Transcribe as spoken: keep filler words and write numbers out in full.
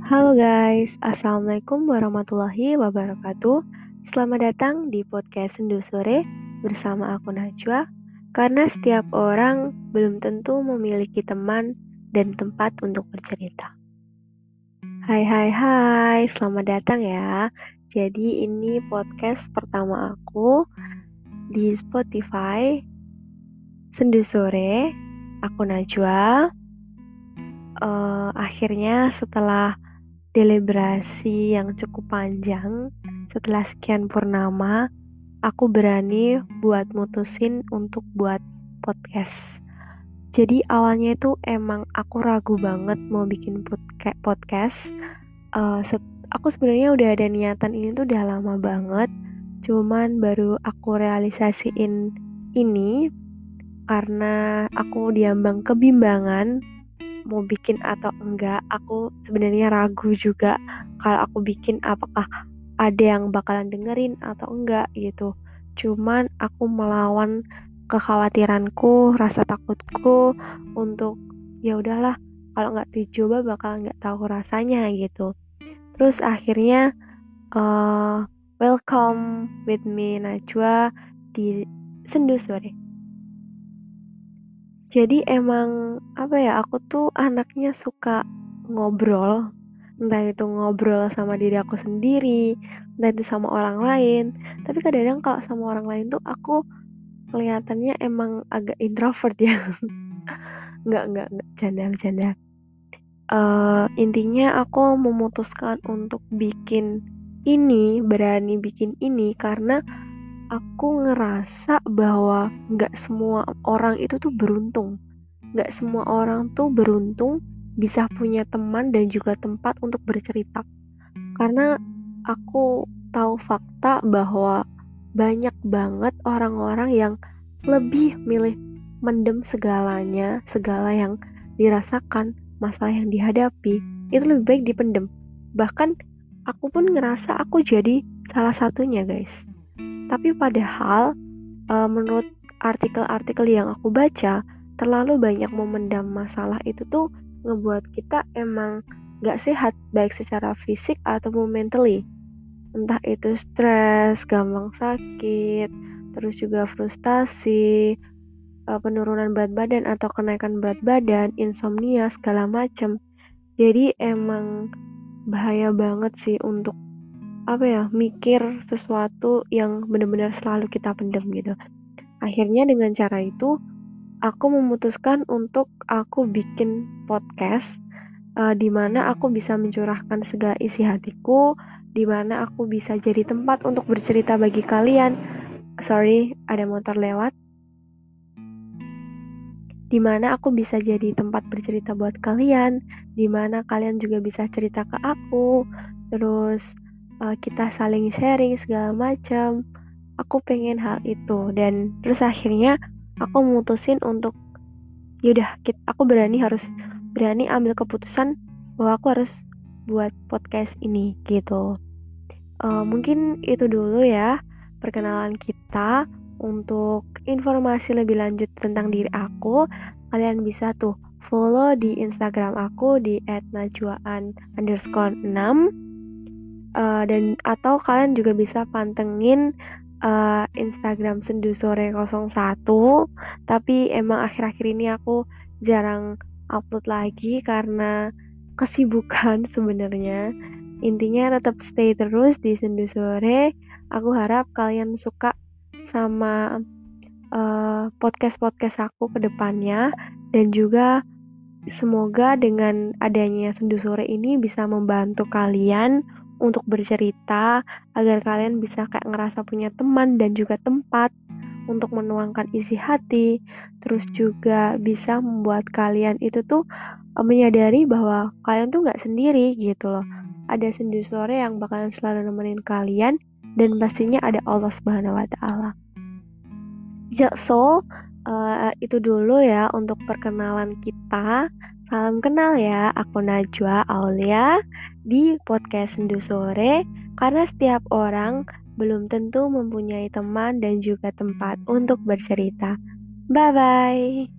Halo guys, Assalamualaikum warahmatullahi wabarakatuh. Selamat datang di podcast Sendu Sore bersama aku Najwa. Karena setiap orang belum tentu memiliki teman dan tempat untuk bercerita. Hai hai hai, selamat datang ya. Jadi ini podcast pertama aku di Spotify Sendu Sore. Aku Najwa. Uh, akhirnya setelah deliberasi yang cukup panjang, setelah sekian purnama, aku berani buat mutusin untuk buat podcast. Jadi awalnya itu emang aku ragu banget mau bikin podca- podcast. Uh, set- aku sebenarnya udah ada niatan ini tuh udah lama banget, cuman baru aku realisasiin ini karena aku diambang kebimbangan mau bikin atau enggak. Aku sebenarnya ragu juga kalau aku bikin apakah ada yang bakalan dengerin atau enggak gitu. Cuman aku melawan kekhawatiranku, rasa takutku untuk ya udahlah, kalau nggak dicoba bakal nggak tahu rasanya gitu. Terus akhirnya uh, welcome with me Najwa di Sendu Sore. Jadi emang apa ya, aku tuh anaknya suka ngobrol, entah itu ngobrol sama diri aku sendiri, entah itu sama orang lain. Tapi kadang-kadang kalau sama orang lain tuh aku kelihatannya emang agak introvert ya. Nggak, nggak, nggak, canda-canda. Uh, intinya aku memutuskan untuk bikin ini, berani bikin ini karena aku ngerasa bahwa nggak semua orang itu tuh beruntung. Nggak semua orang tuh beruntung bisa punya teman dan juga tempat untuk bercerita. Karena aku tahu fakta bahwa banyak banget orang-orang yang lebih milih mendem segalanya, segala yang dirasakan, masalah yang dihadapi, itu lebih baik dipendem. Bahkan aku pun ngerasa aku jadi salah satunya, guys. Tapi padahal uh, menurut artikel-artikel yang aku baca, terlalu banyak memendam masalah itu tuh ngebuat kita emang gak sehat, baik secara fisik ataupun mentally. Entah itu stres, gampang sakit, terus juga frustasi, uh, penurunan berat badan atau kenaikan berat badan, insomnia, segala macem. Jadi emang bahaya banget sih untuk apa ya, mikir sesuatu yang benar-benar selalu kita pendam gitu. Akhirnya dengan cara itu aku memutuskan untuk aku bikin podcast uh, di mana aku bisa mencurahkan segala isi hatiku, di mana aku bisa jadi tempat untuk bercerita bagi kalian. Sorry, ada motor lewat. Di mana aku bisa jadi tempat bercerita buat kalian, di mana kalian juga bisa cerita ke aku, terus uh, kita saling sharing segala macam. Aku pengen hal itu dan terus akhirnya aku memutusin untuk yaudah, aku berani harus berani ambil keputusan bahwa aku harus buat podcast ini gitu. Uh, mungkin itu dulu ya perkenalan kita. Untuk informasi lebih lanjut tentang diri aku, kalian bisa tuh follow di Instagram aku di et najwaan underscore enam uh, dan atau kalian juga bisa pantengin uh, Instagram Sendu Sore nol satu. Tapi emang akhir-akhir ini aku jarang upload lagi karena kesibukan sebenarnya. Intinya tetap stay terus di Sendu Sore. Aku harap kalian suka sama uh, podcast-podcast aku ke depannya, dan juga semoga dengan adanya Sendu Sore ini bisa membantu kalian untuk bercerita agar kalian bisa kayak ngerasa punya teman dan juga tempat untuk menuangkan isi hati, terus juga bisa membuat kalian itu tuh uh, menyadari bahwa kalian tuh nggak sendiri gitu loh. Ada Sendu Sore yang bakalan selalu nemenin kalian dan pastinya ada Allah Subhanahu wa Ta'ala. Ya, so uh, itu dulu ya untuk perkenalan kita. Salam kenal ya, aku Najwa Aulia di podcast Sendu Sore. Karena setiap orang belum tentu mempunyai teman dan juga tempat untuk bercerita. Bye-bye.